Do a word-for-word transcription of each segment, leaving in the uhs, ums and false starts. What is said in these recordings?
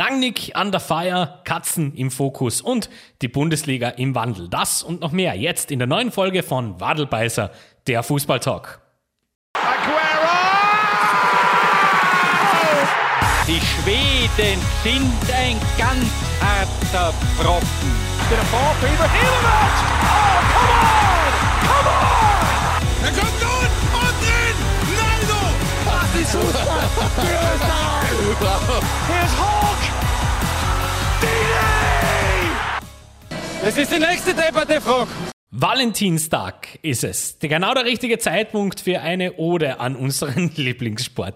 Rangnick under fire, Katzen im Fokus und die Bundesliga im Wandel. Das und noch mehr jetzt in der neuen Folge von Wadelbeißer, der Fußballtalk. Aguero! Die Schweden sind ein ganz harter Brocken. Bit of ball for Ibrahimovic! Oh, come on! Come on! Er kommt gut und drin! Nein, du! Das ist Fußball! Here's Hulk! Dini! Das ist die nächste depperte Frage. Valentinstag ist es. Genau der richtige Zeitpunkt für eine Ode an unseren Lieblingssport.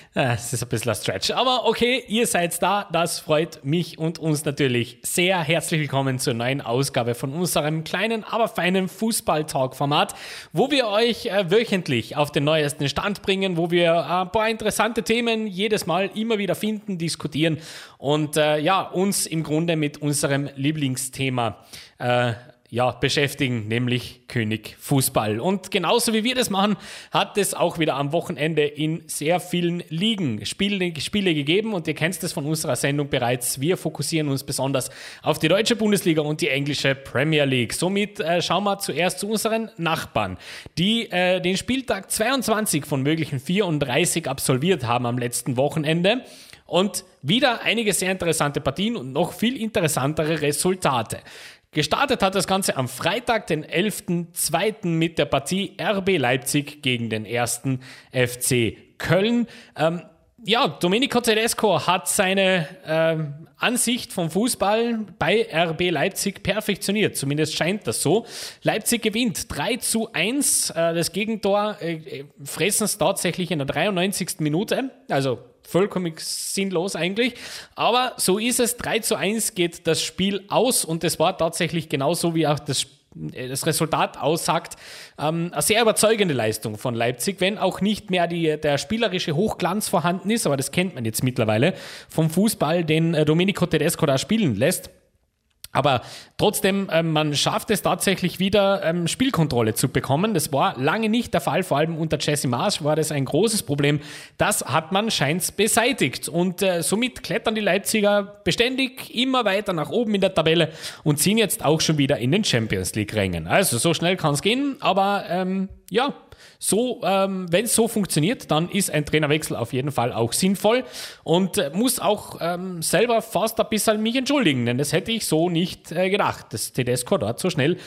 Es ist ein bisschen ein Stretch, aber okay, ihr seid da, das freut mich und uns natürlich sehr. Herzlich willkommen zur neuen Ausgabe von unserem kleinen, aber feinen Fußball-Talk-Format, wo wir euch äh, wöchentlich auf den neuesten Stand bringen, wo wir äh, ein paar interessante Themen jedes Mal immer wieder finden, diskutieren und äh, ja, uns im Grunde mit unserem Lieblingsthema äh, ja, beschäftigen, nämlich König Fußball. Und genauso wie wir das machen, hat es auch wieder am Wochenende in sehr vielen Ligen Spiele, Spiele gegeben und ihr kennt es von unserer Sendung bereits. Wir fokussieren uns besonders auf die deutsche Bundesliga und die englische Premier League. Somit äh, schauen wir zuerst zu unseren Nachbarn, die äh, den Spieltag zweiundzwanzig von möglichen vierunddreißig absolviert haben am letzten Wochenende. Und wieder einige sehr interessante Partien und noch viel interessantere Resultate. Gestartet hat das Ganze am Freitag, den elften zweiten mit der Partie R B Leipzig gegen den ersten F C Köln. Ähm, ja, Domenico Tedesco hat seine ähm, Ansicht vom Fußball bei R B Leipzig perfektioniert. Zumindest scheint das so. Leipzig gewinnt drei zu eins. Äh, das Gegentor äh, fressen es tatsächlich in der dreiundneunzigsten Minute. Also vollkommen sinnlos eigentlich, aber so ist es. drei zu eins geht das Spiel aus und es war tatsächlich genauso, wie auch das, das Resultat aussagt, ähm, eine sehr überzeugende Leistung von Leipzig, wenn auch nicht mehr die, der spielerische Hochglanz vorhanden ist, aber das kennt man jetzt mittlerweile vom Fußball, den äh, Domenico Tedesco da spielen lässt. Aber trotzdem, ähm, man schafft es tatsächlich wieder, ähm, Spielkontrolle zu bekommen. Das war lange nicht der Fall, vor allem unter Jesse Marsch war das ein großes Problem. Das hat man scheint's beseitigt und äh, somit klettern die Leipziger beständig immer weiter nach oben in der Tabelle und ziehen jetzt auch schon wieder in den Champions League Rängen. Also so schnell kann's gehen, aber ähm, ja... So, ähm, wenn es so funktioniert, dann ist ein Trainerwechsel auf jeden Fall auch sinnvoll und äh, muss auch ähm, selber fast ein bisschen mich entschuldigen, denn das hätte ich so nicht äh, gedacht, dass Tedesco dort so schnell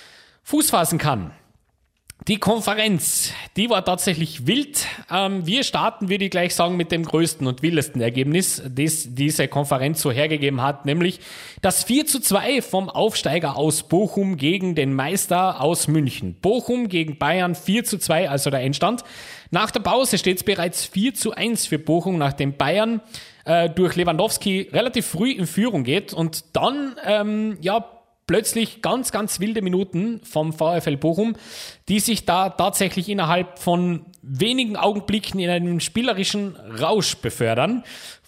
Fuß fassen kann. Die Konferenz, die war tatsächlich wild. Ähm, wir starten, würde ich gleich sagen, mit dem größten und wildesten Ergebnis, das diese Konferenz so hergegeben hat, nämlich das vier zu zwei vom Aufsteiger aus Bochum gegen den Meister aus München. Bochum gegen Bayern vier zu zwei, also der Endstand. Nach der Pause steht es bereits vier zu eins für Bochum, nachdem Bayern äh, durch Lewandowski relativ früh in Führung geht und dann, ähm, ja, plötzlich ganz, ganz wilde Minuten vom VfL Bochum, die sich da tatsächlich innerhalb von wenigen Augenblicken in einem spielerischen Rausch befördern,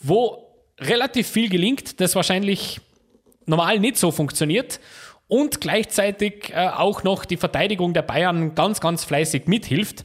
wo relativ viel gelingt, das wahrscheinlich normal nicht so funktioniert und gleichzeitig äh, auch noch die Verteidigung der Bayern ganz, ganz fleißig mithilft.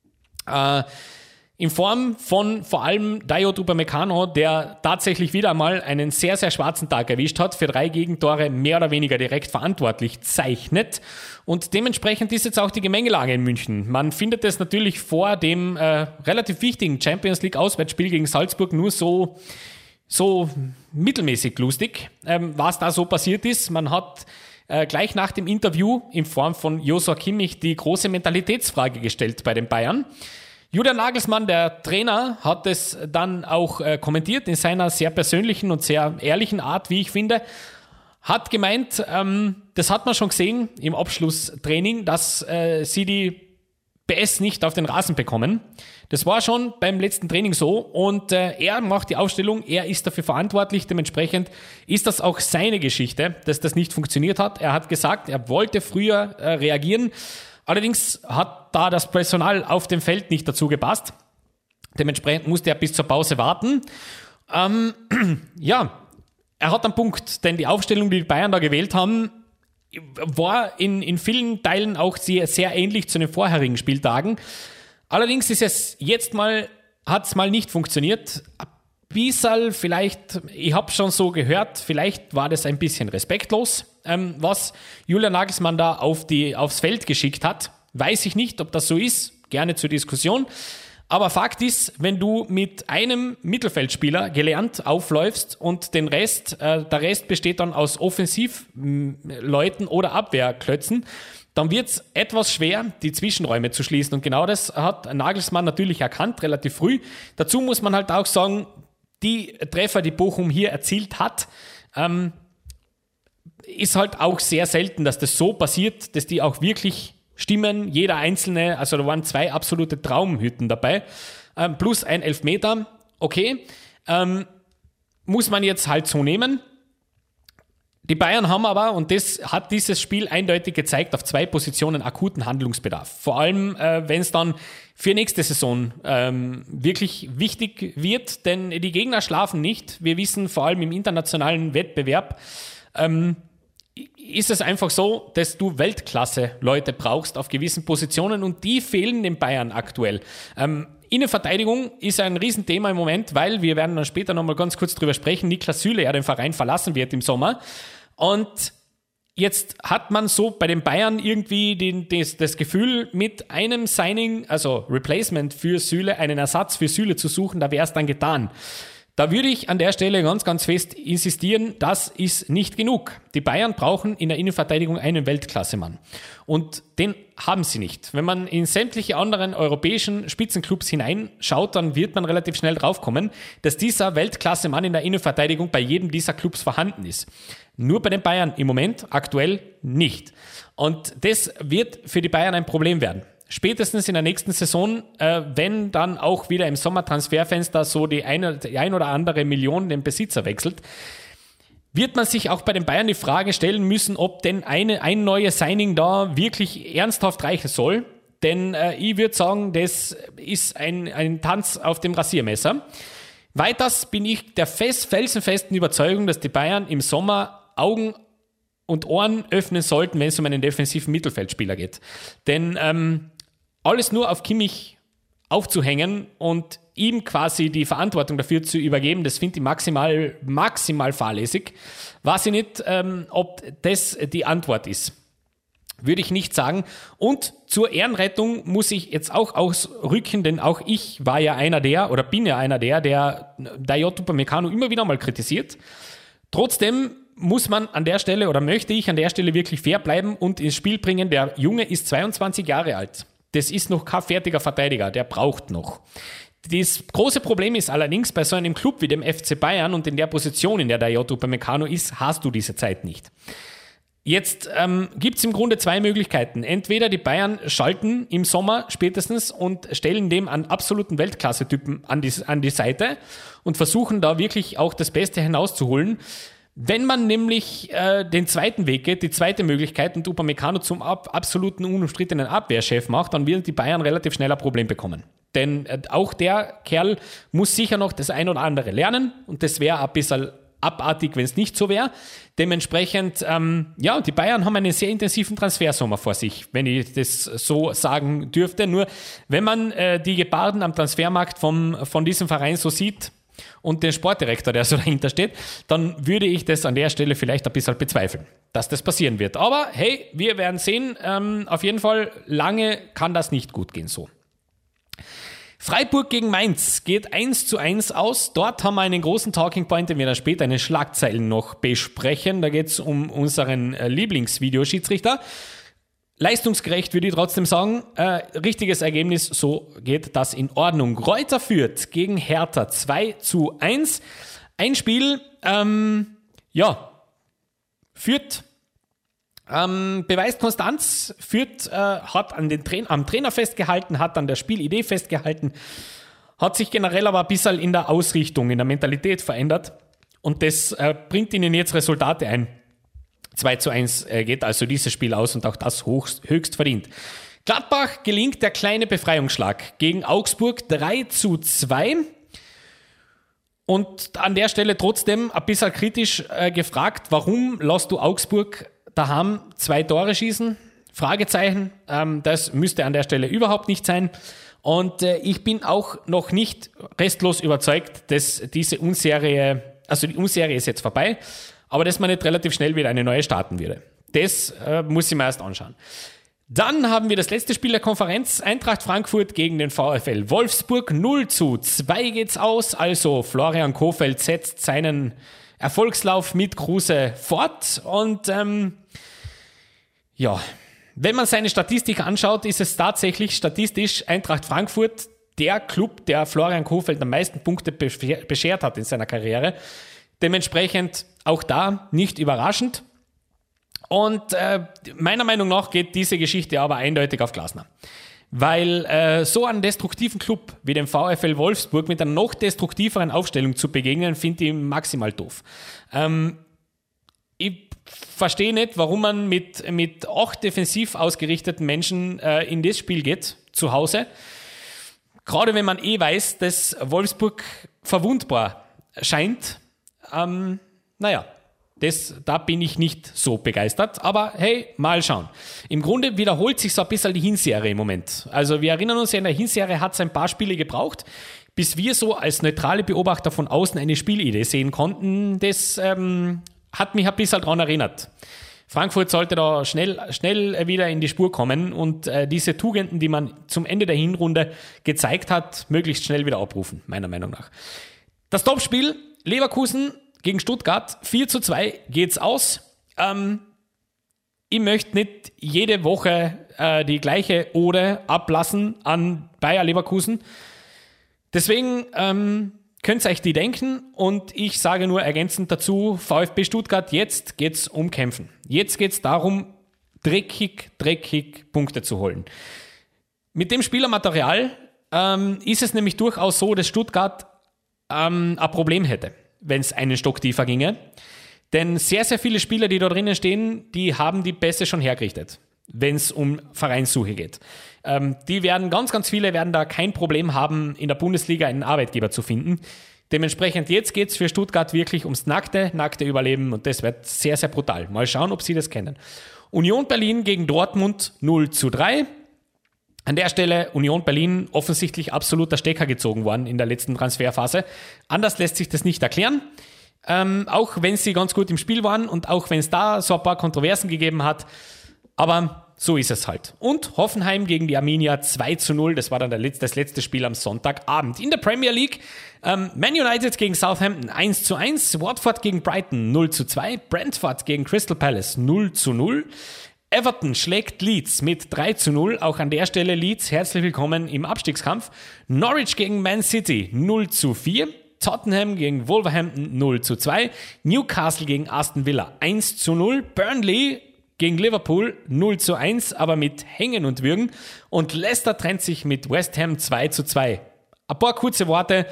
Äh, In Form von vor allem Dayot Upamecano, der tatsächlich wieder einmal einen sehr, sehr schwarzen Tag erwischt hat, für drei Gegentore mehr oder weniger direkt verantwortlich zeichnet. Und dementsprechend ist jetzt auch die Gemengelage in München. Man findet es natürlich vor dem äh, relativ wichtigen Champions League Auswärtsspiel gegen Salzburg nur so, so mittelmäßig lustig, ähm, was da so passiert ist. Man hat äh, gleich nach dem Interview in Form von Joshua Kimmich die große Mentalitätsfrage gestellt bei den Bayern. Julian Nagelsmann, der Trainer, hat es dann auch äh, kommentiert in seiner sehr persönlichen und sehr ehrlichen Art, wie ich finde. Hat gemeint, ähm, das hat man schon gesehen im Abschlusstraining, dass äh, sie die P S nicht auf den Rasen bekommen. Das war schon beim letzten Training so und äh, er macht die Aufstellung, er ist dafür verantwortlich, dementsprechend ist das auch seine Geschichte, dass das nicht funktioniert hat. Er hat gesagt, er wollte früher äh, reagieren. Allerdings hat da das Personal auf dem Feld nicht dazu gepasst. Dementsprechend musste er bis zur Pause warten. Ähm, ja, er hat einen Punkt, denn die Aufstellung, die die Bayern da gewählt haben, war in, in vielen Teilen auch sehr, sehr ähnlich zu den vorherigen Spieltagen. Allerdings ist es jetzt mal, hat es mal nicht funktioniert. bisschen vielleicht, ich habe schon so gehört, vielleicht war das ein bisschen respektlos, ähm, was Julian Nagelsmann da auf die, aufs Feld geschickt hat. Weiß ich nicht, ob das so ist, gerne zur Diskussion. Aber Fakt ist, wenn du mit einem Mittelfeldspieler gelernt aufläufst und den Rest, äh, der Rest besteht dann aus Offensivleuten oder Abwehrklötzen, dann wird es etwas schwer, die Zwischenräume zu schließen. Und genau das hat Nagelsmann natürlich erkannt, relativ früh. Dazu muss man halt auch sagen, die Treffer, die Bochum hier erzielt hat, ähm, ist halt auch sehr selten, dass das so passiert, dass die auch wirklich stimmen. Jeder einzelne, also da waren zwei absolute Traumhütten dabei, ähm, plus ein Elfmeter. Okay, ähm, muss man jetzt halt so nehmen. Die Bayern haben aber, und das hat dieses Spiel eindeutig gezeigt, auf zwei Positionen akuten Handlungsbedarf. Vor allem, äh, wenn es dann für nächste Saison ähm, wirklich wichtig wird, denn die Gegner schlafen nicht. Wir wissen vor allem im internationalen Wettbewerb, ähm, ist es einfach so, dass du Weltklasse-Leute brauchst auf gewissen Positionen und die fehlen den Bayern aktuell. Ähm, Innenverteidigung ist ein Riesenthema im Moment, weil wir werden dann später nochmal ganz kurz drüber sprechen, Niklas Süle ja den Verein verlassen wird im Sommer. Und jetzt hat man so bei den Bayern irgendwie den, das, das Gefühl, mit einem Signing, also Replacement für Süle, einen Ersatz für Süle zu suchen, da wäre es dann getan. Da würde ich an der Stelle ganz, ganz fest insistieren, das ist nicht genug. Die Bayern brauchen in der Innenverteidigung einen Weltklassemann. Und den haben sie nicht. Wenn man in sämtliche anderen europäischen Spitzenclubs hineinschaut, dann wird man relativ schnell draufkommen, dass dieser Weltklassemann in der Innenverteidigung bei jedem dieser Clubs vorhanden ist. Nur bei den Bayern im Moment aktuell nicht. Und das wird für die Bayern ein Problem werden. Spätestens in der nächsten Saison, äh, wenn dann auch wieder im Sommertransferfenster so die eine, die ein oder andere Million den Besitzer wechselt, wird man sich auch bei den Bayern die Frage stellen müssen, ob denn eine, ein neues Signing da wirklich ernsthaft reichen soll. Denn äh, ich würde sagen, das ist ein, ein Tanz auf dem Rasiermesser. Weiters bin ich der fest, felsenfesten Überzeugung, dass die Bayern im Sommer Augen und Ohren öffnen sollten, wenn es um einen defensiven Mittelfeldspieler geht. Denn ähm, alles nur auf Kimmich aufzuhängen und ihm quasi die Verantwortung dafür zu übergeben, das finde ich maximal, maximal fahrlässig. Weiß ich nicht, ähm, ob das die Antwort ist. Würde ich nicht sagen. Und zur Ehrenrettung muss ich jetzt auch ausrücken, denn auch ich war ja einer der, oder bin ja einer der, der Dayot Upamecano immer wieder mal kritisiert. Trotzdem muss man an der Stelle, oder möchte ich an der Stelle wirklich fair bleiben und ins Spiel bringen, der Junge ist zweiundzwanzig Jahre alt. Das ist noch kein fertiger Verteidiger, der braucht noch. Das große Problem ist allerdings, bei so einem Club wie dem F C Bayern und in der Position, in der Dayot Upamecano ist, hast du diese Zeit nicht. Jetzt ähm, gibt es im Grunde zwei Möglichkeiten. Entweder die Bayern schalten im Sommer spätestens und stellen dem einen absoluten Weltklasse-Typen an die, an die Seite und versuchen da wirklich auch das Beste hinauszuholen. Wenn man nämlich äh, den zweiten Weg geht, die zweite Möglichkeit und Upamecano zum ab, absoluten unumstrittenen Abwehrchef macht, dann werden die Bayern relativ schnell ein Problem bekommen. Denn äh, auch der Kerl muss sicher noch das ein oder andere lernen und das wäre ein bisschen abartig, wenn es nicht so wäre. Dementsprechend, ähm, ja, die Bayern haben einen sehr intensiven Transfersommer vor sich, wenn ich das so sagen dürfte. Nur wenn man äh, die Gebarden am Transfermarkt vom, von diesem Verein so sieht, und den Sportdirektor, der so dahinter steht, dann würde ich das an der Stelle vielleicht ein bisschen bezweifeln, dass das passieren wird. Aber hey, wir werden sehen. Ähm, auf jeden Fall, lange kann das nicht gut gehen so. Freiburg gegen Mainz geht eins zu eins aus. Dort haben wir einen großen Talking Point, den wir dann später in den Schlagzeilen noch besprechen. Da geht es um unseren äh, Lieblingsvideoschiedsrichter. Leistungsgerecht würde ich trotzdem sagen. Äh, richtiges Ergebnis, so geht das in Ordnung. Greuther führt gegen Hertha zwei zu eins. Ein Spiel, ähm, ja, führt, ähm, beweist Konstanz, führt, äh, hat an den Tra- am Trainer festgehalten, hat an der Spielidee festgehalten, hat sich generell aber ein bisschen in der Ausrichtung, in der Mentalität verändert und das äh, bringt ihnen jetzt Resultate ein. zwei zu eins geht also dieses Spiel aus und auch das höchst, höchst verdient. Gladbach gelingt der kleine Befreiungsschlag gegen Augsburg drei zu zwei. Und an der Stelle trotzdem ein bisschen kritisch äh, gefragt, warum lässt du Augsburg daheim zwei Tore schießen? Fragezeichen. Ähm, das müsste an der Stelle überhaupt nicht sein. Und äh, ich bin auch noch nicht restlos überzeugt, dass diese Unserie, also die Unserie ist jetzt vorbei, aber dass man nicht relativ schnell wieder eine neue starten würde. Das äh, muss ich mir erst anschauen. Dann haben wir das letzte Spiel der Konferenz, Eintracht Frankfurt gegen den VfL Wolfsburg. null zu zwei geht's aus, also Florian Kohfeldt setzt seinen Erfolgslauf mit Kruse fort. Und ähm, ja... Wenn man seine Statistik anschaut, ist es tatsächlich statistisch Eintracht Frankfurt der Club, der Florian Kohfeldt am meisten Punkte beschert hat in seiner Karriere. Dementsprechend auch da nicht überraschend. Und äh, meiner Meinung nach geht diese Geschichte aber eindeutig auf Glasner. Weil äh, so einen destruktiven Club wie dem VfL Wolfsburg mit einer noch destruktiveren Aufstellung zu begegnen, finde ich maximal doof. Ähm, ich verstehe nicht, warum man mit, mit acht defensiv ausgerichteten Menschen äh, in das Spiel geht, zu Hause. Gerade wenn man eh weiß, dass Wolfsburg verwundbar scheint. Ähm, naja, das, da bin ich nicht so begeistert. Aber hey, mal schauen. Im Grunde wiederholt sich so ein bisschen die Hinserie im Moment. Also wir erinnern uns ja, in der Hinserie hat es ein paar Spiele gebraucht, bis wir so als neutrale Beobachter von außen eine Spielidee sehen konnten. Das... Ähm, hat mich ein bisschen daran erinnert. Frankfurt sollte da schnell, schnell wieder in die Spur kommen und äh, diese Tugenden, die man zum Ende der Hinrunde gezeigt hat, möglichst schnell wieder abrufen, meiner Meinung nach. Das Topspiel, Leverkusen gegen Stuttgart, vier zu zwei geht's aus. Ähm, ich möchte nicht jede Woche äh, die gleiche Ode ablassen an Bayer Leverkusen. Deswegen... Ähm, Könnt ihr euch die denken und ich sage nur ergänzend dazu, VfB Stuttgart, jetzt geht's um Kämpfen. Jetzt geht's darum, dreckig, dreckig Punkte zu holen. Mit dem Spielermaterial ähm, ist es nämlich durchaus so, dass Stuttgart ähm, ein Problem hätte, wenn es einen Stock tiefer ginge. Denn sehr, sehr viele Spieler, die da drinnen stehen, die haben die Pässe schon hergerichtet, wenn es um Vereinssuche geht. Ähm, die werden, ganz, ganz viele werden da kein Problem haben, in der Bundesliga einen Arbeitgeber zu finden. Dementsprechend jetzt geht es für Stuttgart wirklich ums nackte, nackte Überleben und das wird sehr, sehr brutal. Mal schauen, ob sie das kennen. Union Berlin gegen Dortmund null zu drei. An der Stelle Union Berlin offensichtlich absoluter Stecker gezogen worden in der letzten Transferphase. Anders lässt sich das nicht erklären. Ähm, auch wenn sie ganz gut im Spiel waren und auch wenn es da so ein paar Kontroversen gegeben hat. Aber so ist es halt. Und Hoffenheim gegen die Arminia zwei zu null. Das war dann der letzte, das letzte Spiel am Sonntagabend. In der Premier League ähm, Man United gegen Southampton eins zu eins. Watford gegen Brighton null zu zwei. Brentford gegen Crystal Palace null zu null. Everton schlägt Leeds mit drei zu null. Auch an der Stelle Leeds, herzlich willkommen im Abstiegskampf. Norwich gegen Man City null zu vier. Tottenham gegen Wolverhampton null zu zwei. Newcastle gegen Aston Villa eins zu null. Burnley gegen Liverpool null zu eins, aber mit Hängen und Würgen. Und Leicester trennt sich mit West Ham zwei zu zwei. Ein paar kurze Worte.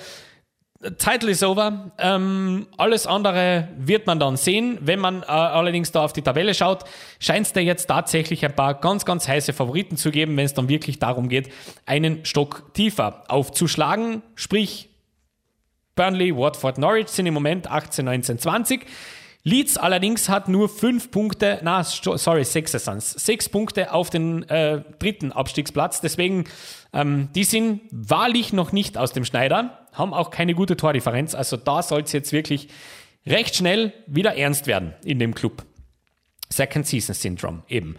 Title is over. Ähm, alles andere wird man dann sehen. Wenn man äh, allerdings da auf die Tabelle schaut, scheint es da jetzt tatsächlich ein paar ganz, ganz heiße Favoriten zu geben, wenn es dann wirklich darum geht, einen Stock tiefer aufzuschlagen. Sprich, Burnley, Watford, Norwich sind im Moment achtzehn, neunzehn, zwanzig. Leeds allerdings hat nur fünf Punkte, na, sorry, sechs sind's, sechs Punkte auf den äh, dritten Abstiegsplatz. Deswegen, ähm, die sind wahrlich noch nicht aus dem Schneider, haben auch keine gute Tordifferenz. Also da soll es jetzt wirklich recht schnell wieder ernst werden in dem Club. Second Season Syndrome eben.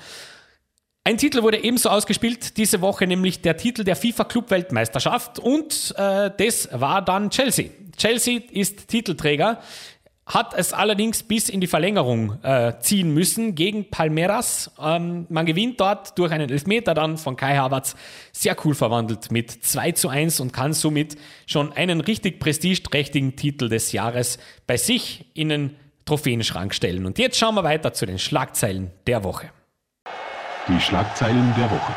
Ein Titel wurde ebenso ausgespielt diese Woche, nämlich der Titel der FIFA-Club-Weltmeisterschaft und äh, das war dann Chelsea. Chelsea ist Titelträger, hat es allerdings bis in die Verlängerung äh, ziehen müssen gegen Palmeiras. Ähm, man gewinnt dort durch einen Elfmeter dann von Kai Havertz, sehr cool verwandelt mit zwei zu eins und kann somit schon einen richtig prestigeträchtigen Titel des Jahres bei sich in den Trophäenschrank stellen. Und jetzt schauen wir weiter zu den Schlagzeilen der Woche. Die Schlagzeilen der Woche.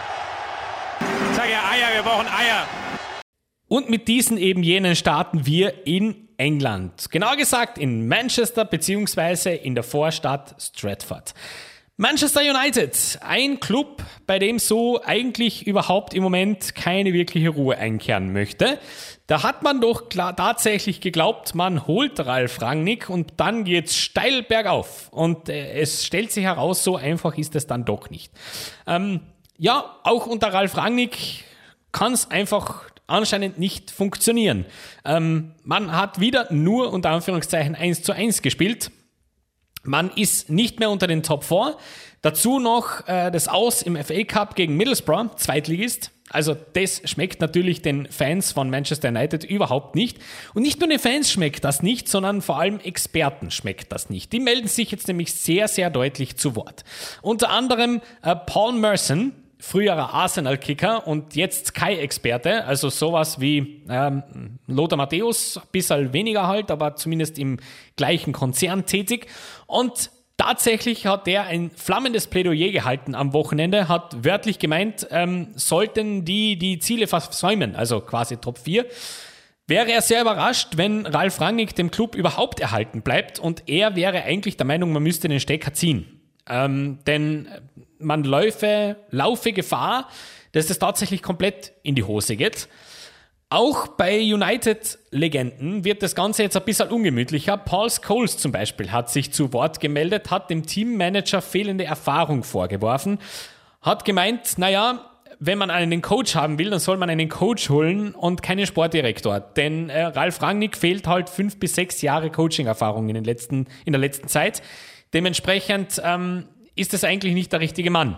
Ich sage ja Eier, wir brauchen Eier. Und mit diesen eben jenen starten wir in England. Genauer gesagt in Manchester bzw. in der Vorstadt Stratford. Manchester United, ein Club, bei dem so eigentlich überhaupt im Moment keine wirkliche Ruhe einkehren möchte. Da hat man doch klar, tatsächlich geglaubt, man holt Ralf Rangnick und dann geht's steil bergauf. Und äh, es stellt sich heraus, so einfach ist es dann doch nicht. Ähm, ja, auch unter Ralf Rangnick kann es einfach anscheinend nicht funktionieren. Ähm, man hat wieder nur unter Anführungszeichen eins zu eins gespielt. Man ist nicht mehr unter den Top vier. Dazu noch äh, das Aus im F A Cup gegen Middlesbrough, Zweitligist. Also das schmeckt natürlich den Fans von Manchester United überhaupt nicht. Und nicht nur den Fans schmeckt das nicht, sondern vor allem Experten schmeckt das nicht. Die melden sich jetzt nämlich sehr, sehr deutlich zu Wort. Unter anderem äh, Paul Merson, früherer Arsenal-Kicker und jetzt Sky-Experte, also sowas wie ähm, Lothar Matthäus, ein bisschen weniger halt, aber zumindest im gleichen Konzern tätig. Und tatsächlich hat der ein flammendes Plädoyer gehalten am Wochenende, hat wörtlich gemeint, ähm, sollten die die Ziele versäumen, also quasi Top vier, wäre er sehr überrascht, wenn Ralf Rangnick dem Club überhaupt erhalten bleibt und er wäre eigentlich der Meinung, man müsste den Stecker ziehen. Ähm, denn man laufe, laufe Gefahr, dass es tatsächlich komplett in die Hose geht. Auch bei United-Legenden wird das Ganze jetzt ein bisschen ungemütlicher. Paul Scholes zum Beispiel hat sich zu Wort gemeldet, hat dem Teammanager fehlende Erfahrung vorgeworfen, hat gemeint, naja, wenn man einen Coach haben will, dann soll man einen Coach holen und keinen Sportdirektor. Denn äh, Ralf Rangnick fehlt halt fünf bis sechs Jahre Coaching-Erfahrung in, den letzten, in der letzten Zeit. Dementsprechend ähm, ist das eigentlich nicht der richtige Mann.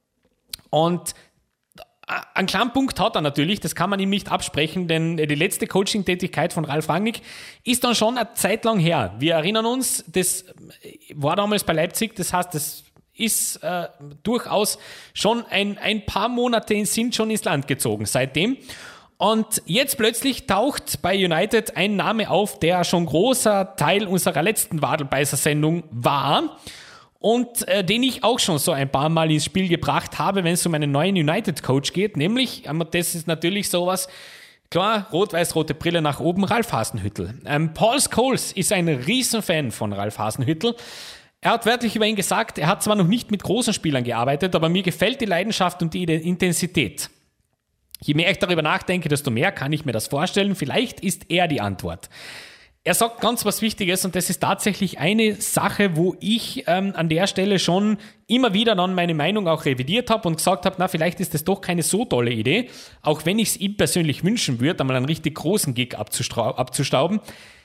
Und einen kleinen Punkt hat er natürlich, das kann man ihm nicht absprechen, denn die letzte Coaching-Tätigkeit von Ralf Rangnick ist dann schon eine Zeit lang her. Wir erinnern uns, das war damals bei Leipzig, das heißt, das ist äh, durchaus schon ein, ein paar Monate sind schon ins Land gezogen seitdem. Und jetzt plötzlich taucht bei United ein Name auf, der schon großer Teil unserer letzten Wadelbeißer-Sendung war und äh, den ich auch schon so ein paar Mal ins Spiel gebracht habe, wenn es um einen neuen United-Coach geht, nämlich, das ist natürlich sowas, klar, rot-weiß-rote Brille nach oben, Ralf Hasenhüttl. Ähm, Paul Scholes ist ein Riesenfan von Ralf Hasenhüttl. Er hat wörtlich über ihn gesagt, er hat zwar noch nicht mit großen Spielern gearbeitet, aber mir gefällt die Leidenschaft und die Intensität. Je mehr ich darüber nachdenke, desto mehr kann ich mir das vorstellen. Vielleicht ist er die Antwort. Er sagt ganz was Wichtiges und das ist tatsächlich eine Sache, wo ich ähm, an der Stelle schon immer wieder dann meine Meinung auch revidiert habe und gesagt habe, na, vielleicht ist das doch keine so tolle Idee, auch wenn ich es ihm persönlich wünschen würde, einmal einen richtig großen Gig abzustauben.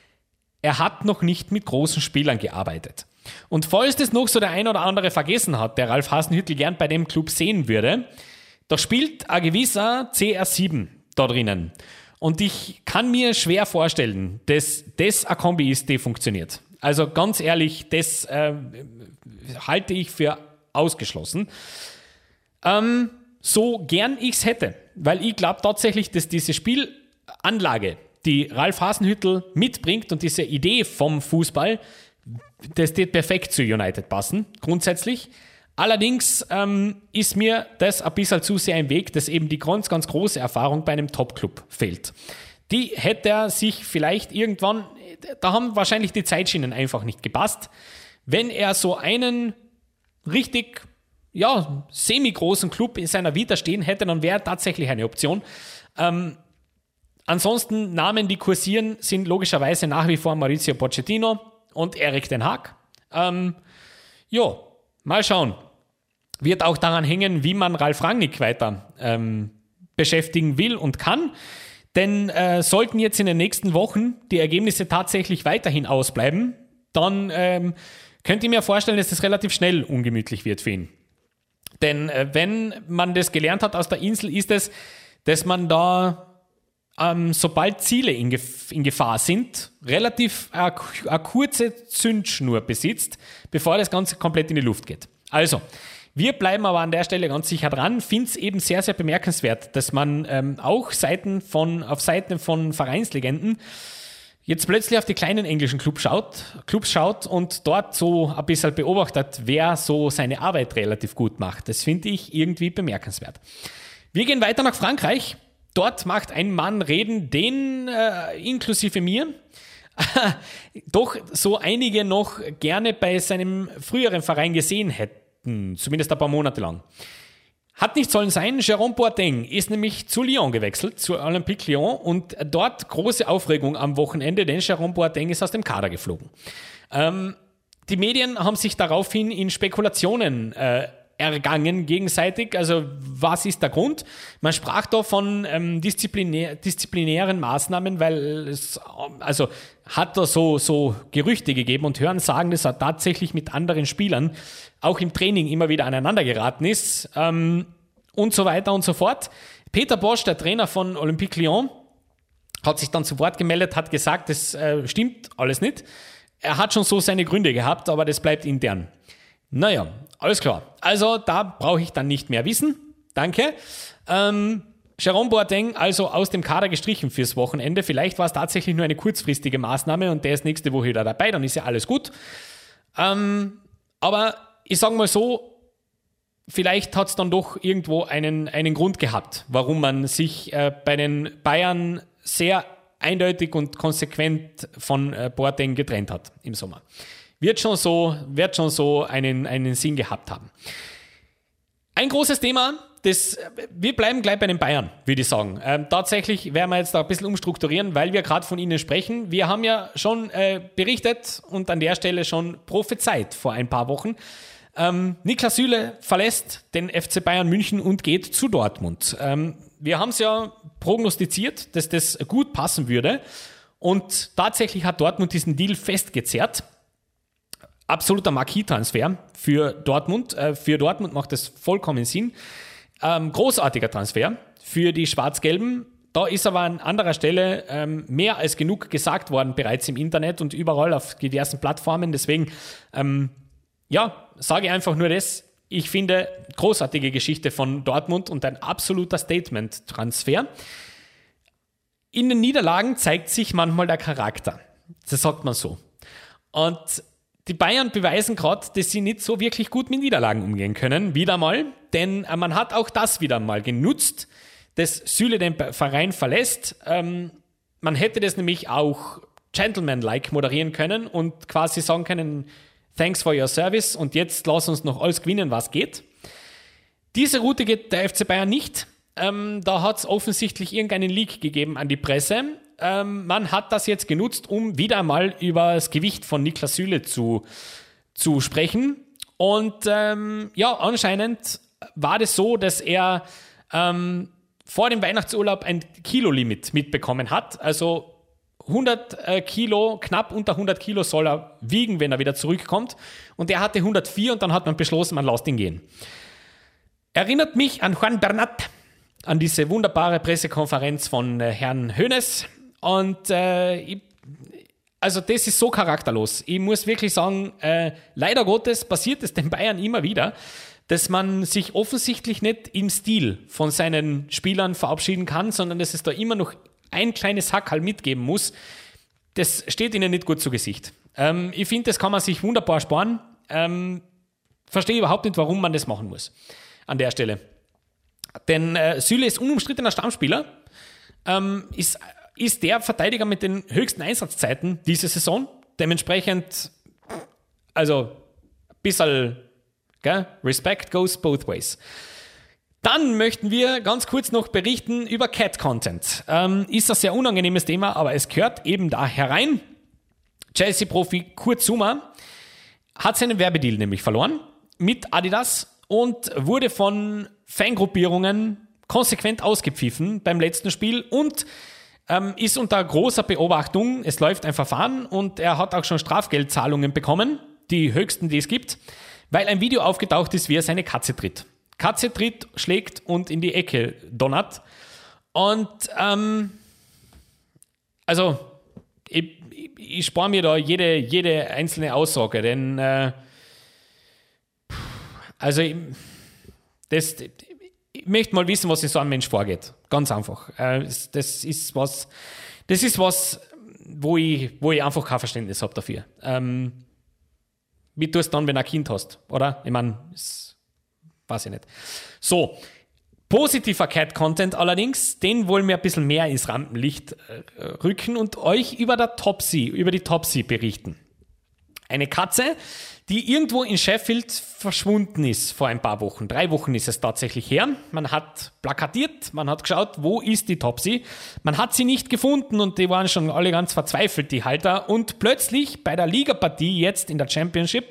Er hat noch nicht mit großen Spielern gearbeitet. Und falls das noch so der ein oder andere vergessen hat, der Ralf Hasenhüttl gern bei dem Club sehen würde, da spielt ein gewisser C R sieben da drinnen. Und ich kann mir schwer vorstellen, dass das eine Kombi ist, die funktioniert. Also ganz ehrlich, das äh, halte ich für ausgeschlossen. Ähm, so gern ich es hätte. Weil ich glaube tatsächlich, dass diese Spielanlage, die Ralf Hasenhüttl mitbringt und diese Idee vom Fußball, das wird perfekt zu United passen, grundsätzlich. Allerdings ähm, ist mir das ein bisschen zu sehr im Weg, dass eben die ganz, ganz große Erfahrung bei einem Top-Club fehlt. Die hätte er sich vielleicht irgendwann, da haben wahrscheinlich die Zeitschienen einfach nicht gepasst. Wenn er so einen richtig, ja, semi-großen Club in seiner Vita stehen hätte, dann wäre tatsächlich eine Option. Ähm, ansonsten Namen, die kursieren, sind logischerweise nach wie vor Maurizio Pochettino und Erik ten Hag. Ähm, ja, mal schauen. Wird auch daran hängen, wie man Ralf Rangnick weiter ähm, beschäftigen will und kann. Denn äh, sollten jetzt in den nächsten Wochen die Ergebnisse tatsächlich weiterhin ausbleiben, dann ähm, könnt ihr mir vorstellen, dass das relativ schnell ungemütlich wird für ihn. Denn äh, wenn man das gelernt hat aus der Insel, ist es, dass man da, ähm, sobald Ziele in, Gef- in Gefahr sind, relativ eine äh, kurze Zündschnur besitzt, bevor das Ganze komplett in die Luft geht. Also, wir bleiben aber an der Stelle ganz sicher dran. Finde es eben sehr, sehr bemerkenswert, dass man ähm, auch Seiten von, auf Seiten von Vereinslegenden jetzt plötzlich auf die kleinen englischen Clubs schaut, Clubs schaut und dort so ein bisschen beobachtet, wer so seine Arbeit relativ gut macht. Das finde ich irgendwie bemerkenswert. Wir gehen weiter nach Frankreich. Dort macht ein Mann reden, den äh, inklusive mir doch so einige noch gerne bei seinem früheren Verein gesehen hätten, zumindest ein paar Monate lang. Hat nicht sollen sein, Jérôme Boateng ist nämlich zu Lyon gewechselt, zu Olympique Lyon und dort große Aufregung am Wochenende, denn Jérôme Boateng ist aus dem Kader geflogen. Ähm, die Medien haben sich daraufhin in Spekulationen äh, ergangen gegenseitig. Also was ist der Grund? Man sprach da von ähm, disziplinär, disziplinären Maßnahmen, weil es also hat da so, so Gerüchte gegeben und Hören sagen, dass er tatsächlich mit anderen Spielern auch im Training immer wieder aneinander geraten ist ähm, und so weiter und so fort. Peter Bosz, der Trainer von Olympique Lyon, hat sich dann zu Wort gemeldet, hat gesagt, das äh, stimmt alles nicht. Er hat schon so seine Gründe gehabt, aber das bleibt intern. Naja, alles klar. Also da brauche ich dann nicht mehr wissen. Danke. Ähm, Jerome Boateng also aus dem Kader gestrichen fürs Wochenende. Vielleicht war es tatsächlich nur eine kurzfristige Maßnahme und der ist nächste Woche wieder dabei, dann ist ja alles gut. Ähm, aber ich sage mal so, vielleicht hat es dann doch irgendwo einen, einen Grund gehabt, warum man sich äh, bei den Bayern sehr eindeutig und konsequent von äh, Boateng getrennt hat im Sommer. Wird schon so, wird schon so einen, einen Sinn gehabt haben. Ein großes Thema, das, wir bleiben gleich bei den Bayern, würde ich sagen. Ähm, tatsächlich werden wir jetzt da ein bisschen umstrukturieren, weil wir gerade von ihnen sprechen. Wir haben ja schon äh, berichtet und an der Stelle schon prophezeit vor ein paar Wochen. Ähm, Niklas Süle verlässt den F C Bayern München und geht zu Dortmund. Ähm, wir haben es ja prognostiziert, dass das gut passen würde. Und tatsächlich hat Dortmund diesen Deal festgezerrt. Absoluter Marquis-Transfer für Dortmund. Äh, für Dortmund macht das vollkommen Sinn. Ähm, großartiger Transfer für die Schwarz-Gelben. Da ist aber an anderer Stelle ähm, mehr als genug gesagt worden bereits im Internet und überall auf diversen Plattformen. Deswegen, ähm, ja, sage ich einfach nur das. Ich finde, großartige Geschichte von Dortmund und ein absoluter Statement-Transfer. In den Niederlagen zeigt sich manchmal der Charakter. Das sagt man so. Und die Bayern beweisen gerade, dass sie nicht so wirklich gut mit Niederlagen umgehen können, wieder mal, denn äh, man hat auch das wieder mal genutzt, dass Süle den Verein verlässt. Ähm, man hätte das nämlich auch gentleman-like moderieren können und quasi sagen können, thanks for your service und jetzt lass uns noch alles gewinnen, was geht. Diese Route geht der F C Bayern nicht. Ähm, da hat es offensichtlich irgendeinen Leak gegeben an die Presse. Ähm, man hat das jetzt genutzt, um wieder mal über das Gewicht von Niklas Süle zu, zu sprechen. Und ähm, ja, anscheinend war das so, dass er ähm, vor dem Weihnachtsurlaub ein Kilolimit mitbekommen hat. Also hundert äh, Kilo, knapp unter hundert Kilo soll er wiegen, wenn er wieder zurückkommt. Und er hatte hundertvier und dann hat man beschlossen, man lässt ihn gehen. Erinnert mich an Juan Bernat, an diese wunderbare Pressekonferenz von äh, Herrn Hoeneß. Und äh, ich, also das ist so charakterlos. Ich muss wirklich sagen, äh, leider Gottes passiert es den Bayern immer wieder, dass man sich offensichtlich nicht im Stil von seinen Spielern verabschieden kann, sondern dass es da immer noch ein kleines Hackerl mitgeben muss. Das steht ihnen nicht gut zu Gesicht. Ähm, ich finde, das kann man sich wunderbar sparen. Ähm, verstehe überhaupt nicht, warum man das machen muss an der Stelle. Denn äh, Süle ist unumstrittener Stammspieler, ähm, ist ist der Verteidiger mit den höchsten Einsatzzeiten diese Saison. Dementsprechend, also ein bisschen, gell? Respect goes both ways. Dann möchten wir ganz kurz noch berichten über Cat-Content. Ähm, ist ein sehr unangenehmes Thema, aber es gehört eben da herein. Chelsea-Profi Kurt Zouma hat seinen Werbedeal nämlich verloren mit Adidas und wurde von Fangruppierungen konsequent ausgepfiffen beim letzten Spiel und ähm, ist unter großer Beobachtung. Es läuft ein Verfahren und er hat auch schon Strafgeldzahlungen bekommen, die höchsten, die es gibt, weil ein Video aufgetaucht ist, wie er seine Katze tritt. Katze tritt, schlägt und in die Ecke donnert. Und ähm, also ich, ich, ich spare mir da jede, jede einzelne Aussage, denn äh, also ich, das, ich möchte mal wissen, was in so einem Mensch vorgeht. Ganz einfach. Äh, das, das ist was, das ist was, wo ich, wo ich einfach kein Verständnis habe dafür. Ähm, wie tust du dann, wenn du ein Kind hast, oder? Ich meine, das weiß ich nicht. So, positiver Cat-Content allerdings, den wollen wir ein bisschen mehr ins Rampenlicht äh, rücken und euch über der Topsy, über die Topsy berichten. Eine Katze, die irgendwo in Sheffield verschwunden ist vor ein paar Wochen. Drei Wochen ist es tatsächlich her. Man hat plakatiert, man hat geschaut, wo ist die Topsy. Man hat sie nicht gefunden und die waren schon alle ganz verzweifelt, die Halter. Und plötzlich bei der Ligapartie jetzt in der Championship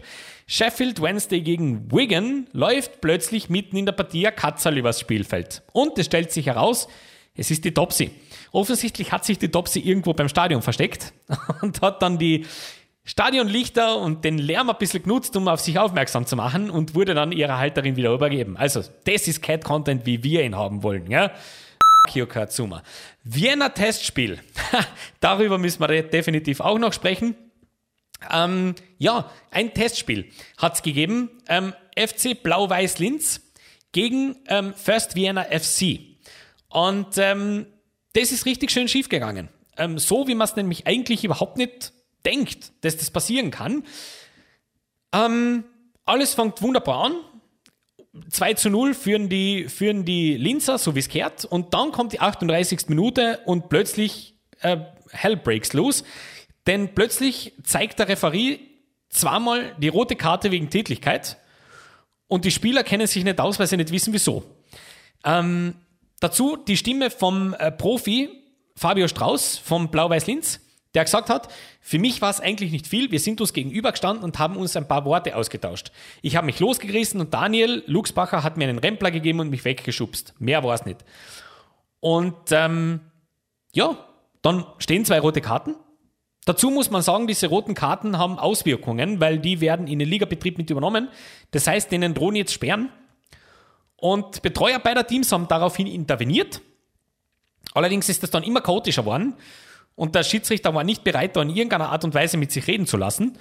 Sheffield Wednesday gegen Wigan läuft plötzlich mitten in der Partie ein Katzerl übers Spielfeld. Und es stellt sich heraus, es ist die Topsy. Offensichtlich hat sich die Topsy irgendwo beim Stadion versteckt und hat dann die Stadionlichter und den Lärm ein bisschen genutzt, um auf sich aufmerksam zu machen und wurde dann ihrer Halterin wieder übergeben. Also, das ist Cat-Content, wie wir ihn haben wollen. Ja? Kurt Zouma. Vienna Testspiel. Darüber müssen wir definitiv auch noch sprechen. Ähm, ja, ein Testspiel hat es gegeben. Ähm, F C Blau-Weiß-Linz gegen ähm, First Vienna F C. Und ähm, das ist richtig schön schief gegangen. Ähm, so wie man es nämlich eigentlich überhaupt nicht denkt, dass das passieren kann. Ähm, alles fängt wunderbar an. zwei zu null führen die, führen die Linzer, so wie es gehört. Und dann kommt die achtunddreißigste Minute und plötzlich äh, Hell breaks loose. Denn plötzlich zeigt der Referee zweimal die rote Karte wegen Tätlichkeit und die Spieler kennen sich nicht aus, weil sie nicht wissen, wieso. Ähm, dazu die Stimme vom äh, Profi Fabio Strauß vom Blau-Weiß-Linz, der gesagt hat, für mich war es eigentlich nicht viel, wir sind uns gegenübergestanden und haben uns ein paar Worte ausgetauscht. Ich habe mich losgerissen und Daniel Luxbacher hat mir einen Rempler gegeben und mich weggeschubst. Mehr war es nicht. Und ähm, ja, dann stehen zwei rote Karten. Dazu muss man sagen, diese roten Karten haben Auswirkungen, weil die werden in den Ligabetrieb mit übernommen. Das heißt, denen drohen jetzt Sperren. Und Betreuer beider Teams haben daraufhin interveniert. Allerdings ist das dann immer chaotischer geworden. Und der Schiedsrichter war nicht bereit, da in irgendeiner Art und Weise mit sich reden zu lassen.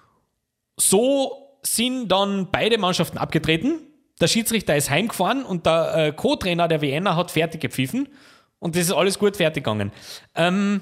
So sind dann beide Mannschaften abgetreten. Der Schiedsrichter ist heimgefahren und der äh, Co-Trainer der Vienna hat fertig gepfiffen. Und das ist alles gut fertig gegangen. Ähm,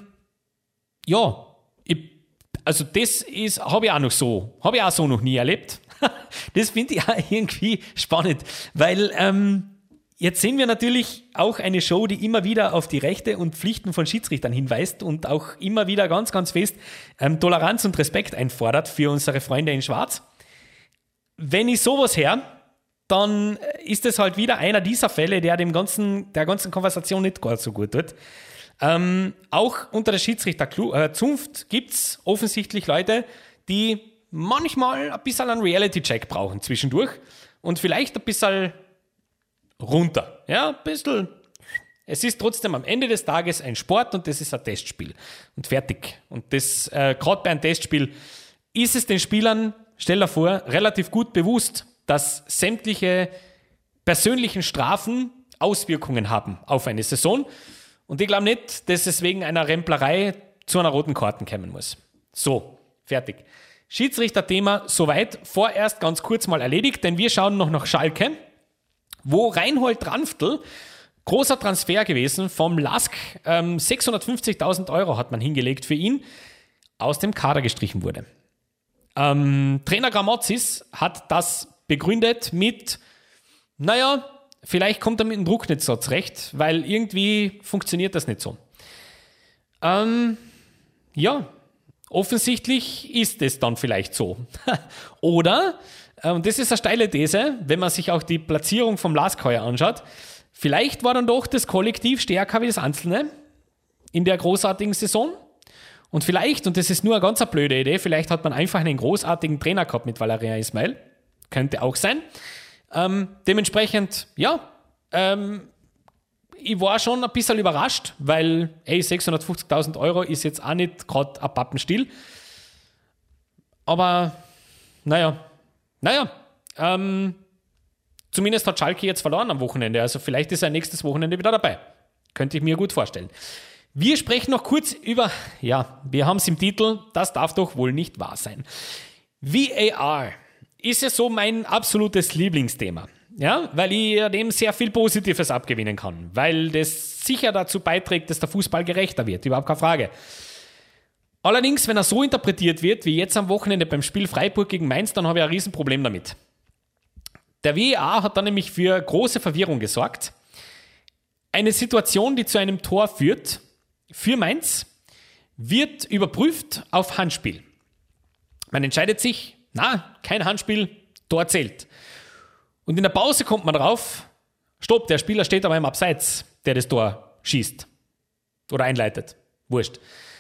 ja, Ich, also das ist, habe ich auch noch so, habe ich auch so noch nie erlebt. Das finde ich auch irgendwie spannend, weil ähm, jetzt sehen wir natürlich auch eine Show, die immer wieder auf die Rechte und Pflichten von Schiedsrichtern hinweist und auch immer wieder ganz, ganz fest ähm, Toleranz und Respekt einfordert für unsere Freunde in Schwarz. Wenn ich sowas höre, dann ist es halt wieder einer dieser Fälle, der dem ganzen, der ganzen Konversation nicht gar so gut tut. Ähm, auch unter der Schiedsrichter-Zunft gibt es offensichtlich Leute, die manchmal ein bisschen einen Reality-Check brauchen zwischendurch und vielleicht ein bisschen runter. Ja, ein bisschen. Es ist trotzdem am Ende des Tages ein Sport und das ist ein Testspiel. Und fertig. Und das, äh, gerade bei einem Testspiel, ist es den Spielern, stell dir vor, relativ gut bewusst, dass sämtliche persönlichen Strafen Auswirkungen haben auf eine Saison. Und ich glaube nicht, dass es wegen einer Remplerei zu einer roten Karte kommen muss. So, fertig. Schiedsrichterthema soweit. Vorerst ganz kurz mal erledigt, denn wir schauen noch nach Schalke, wo Reinhold Ranftl, großer Transfer gewesen vom Lask, ähm, sechshundertfünfzigtausend Euro hat man hingelegt für ihn, aus dem Kader gestrichen wurde. Ähm, Trainer Gramozis hat das begründet mit, naja, vielleicht kommt er mit dem Druck nicht so zurecht, weil irgendwie funktioniert das nicht so. Ähm, ja, offensichtlich ist es dann vielleicht so. Oder, äh, und das ist eine steile These, wenn man sich auch die Platzierung vom Lask heuer anschaut, vielleicht war dann doch das Kollektiv stärker wie das Einzelne in der großartigen Saison. Und vielleicht, und das ist nur eine ganz blöde Idee, vielleicht hat man einfach einen großartigen Trainer gehabt mit Valérien Ismaël. Könnte auch sein. Ähm, dementsprechend, ja, ähm, ich war schon ein bisschen überrascht, weil, ey, sechshundertfünfzigtausend Euro ist jetzt auch nicht gerade ein Pappenstiel. Aber, naja, naja, ähm, zumindest hat Schalke jetzt verloren am Wochenende, also vielleicht ist er nächstes Wochenende wieder dabei. Könnte ich mir gut vorstellen. Wir sprechen noch kurz über, ja, wir haben es im Titel, das darf doch wohl nicht wahr sein. V A R ist ja so mein absolutes Lieblingsthema, ja, weil ich dem sehr viel Positives abgewinnen kann, weil das sicher dazu beiträgt, dass der Fußball gerechter wird, überhaupt keine Frage. Allerdings, wenn er so interpretiert wird, wie jetzt am Wochenende beim Spiel Freiburg gegen Mainz, dann habe ich ein Riesenproblem damit. Der V A R hat dann nämlich für große Verwirrung gesorgt. Eine Situation, die zu einem Tor führt, für Mainz, wird überprüft auf Handspiel. Man entscheidet sich, na, kein Handspiel, Tor zählt. Und in der Pause kommt man drauf, stopp, der Spieler steht aber im Abseits, der das Tor schießt oder einleitet. Wurscht.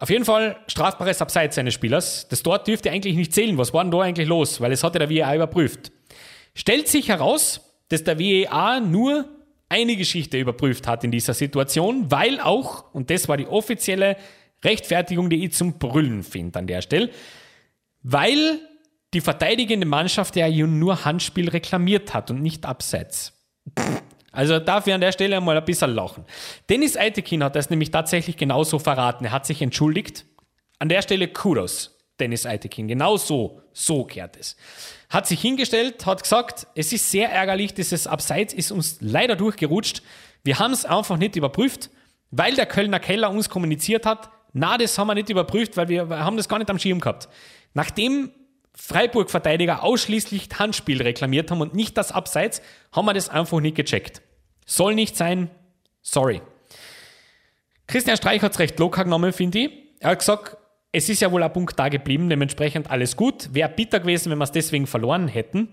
Auf jeden Fall strafbares Abseits eines Spielers. Das Tor dürfte eigentlich nicht zählen. Was war denn da eigentlich los? Weil es hatte der V A R überprüft. Stellt sich heraus, dass der V A R nur eine Geschichte überprüft hat in dieser Situation, weil auch, und das war die offizielle Rechtfertigung, die ich zum Brüllen finde an der Stelle, weil die verteidigende Mannschaft ja nur Handspiel reklamiert hat und nicht Abseits. Also darf ich an der Stelle mal ein bisschen lachen. Dennis Eitekin hat das nämlich tatsächlich genauso verraten. Er hat sich entschuldigt. An der Stelle Kudos, Dennis Eitekin. Genau so, so kehrt es. Hat sich hingestellt, hat gesagt, es ist sehr ärgerlich, dieses Abseits ist uns leider durchgerutscht. Wir haben es einfach nicht überprüft, weil der Kölner Keller uns kommuniziert hat. Na, das haben wir nicht überprüft, weil wir haben das gar nicht am Schirm gehabt. Nachdem Freiburg-Verteidiger ausschließlich Handspiel reklamiert haben und nicht das Abseits, haben wir das einfach nicht gecheckt. Soll nicht sein, sorry. Christian Streich hat es recht locker genommen, finde ich. Er hat gesagt, es ist ja wohl ein Punkt da geblieben, dementsprechend alles gut. Wäre bitter gewesen, wenn wir es deswegen verloren hätten.